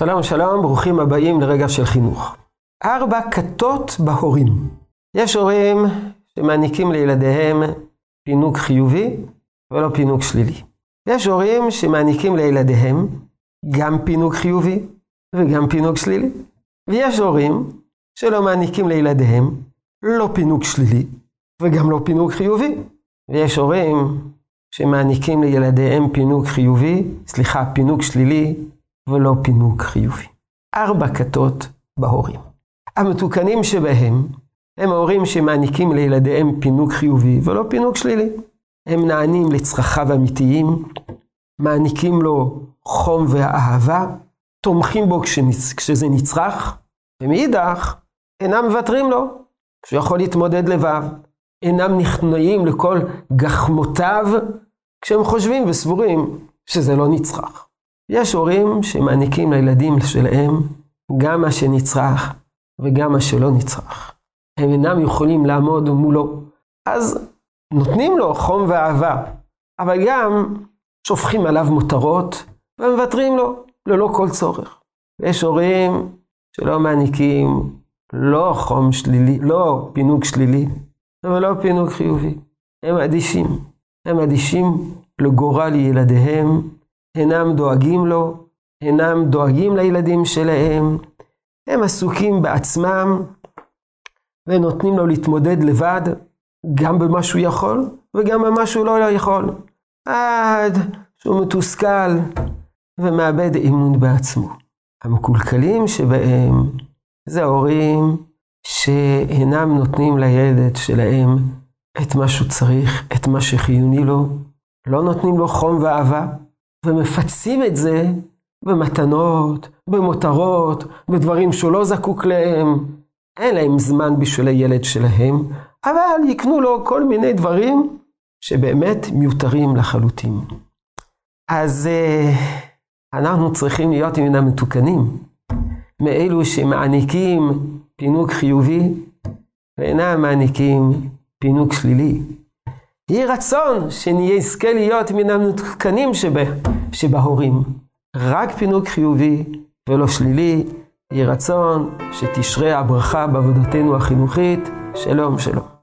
שלום שלום, ברוכים הבאים לרגע של חינוך. 4 כתות בהורים. יש הורים שמעניקים לילדיהם פינוק חיובי ולא פינוק שלילי. יש הורים שמעניקים לילדיהם גם פינוק חיובי וגם פינוק שלילי. ויש הורים שלא מעניקים לילדיהם לא פינוק שלילי וגם לא פינוק חיובי. ויש הורים שמעניקים לילדיהם פינוק שלילי ולא פינוק חיובי. 4 כתות בהורים. המתוקנים שבהם הם ההורים שמעניקים לילדיהם פינוק חיובי ולא פינוק שלילי. הם נענים לצרכיו אמיתיים, מעניקים לו חום ואהבה, תומכים בו כשזה נצרך, ומאידך אינם מוותרים לו, שהוא יכול להתמודד לבד. אינם נכנעים לכל גחמותיו כשהם חושבים וסבורים שזה לא נצרך. יש הורים שמעניקים לילדים שלהם גם מה שנצרך וגם מה שלא נצרך. הם אינם יכולים לעמוד מולו, אז נותנים לו חום ואהבה, אבל גם שופכים עליו מותרות ומוותרים לו ללא כל צורך. יש הורים שלא מעניקים לא חום שלילי, לא פינוק שלילי, אבל לא פינוק חיובי. הם אדישים לגורל ילדיהם, אינם דואגים לו, אינם דואגים לילדים שלהם, הם עסוקים בעצמם ונותנים לו להתמודד לבד, גם במה שהוא יכול וגם במה שהוא לא יכול, עד שהוא מתוסכל ומאבד אמון בעצמו. המקולקלים שבהם זה ההורים שאינם נותנים לילד שלהם את מה שהוא צריך, את מה שחיוני לו, לא נותנים לו חום ואהבה, ומפצים את זה במתנות, במותרות, בדברים שהוא לא זקוק להם. אין להם זמן בשביל הילד שלהם, אבל יקנו לו כל מיני דברים שבאמת מיותרים לחלוטין. אז אנחנו צריכים להיות מן המתוקנים, מאלו שמעניקים פינוק חיובי ואינם מעניקים פינוק שלילי. יהי רצון שנזכה להיות מן המתוקנים שבהורים. רק פינוק חיובי ולא שלילי. יהי רצון שתשרה הברכה בעבודתנו החינוכית. שלום שלום.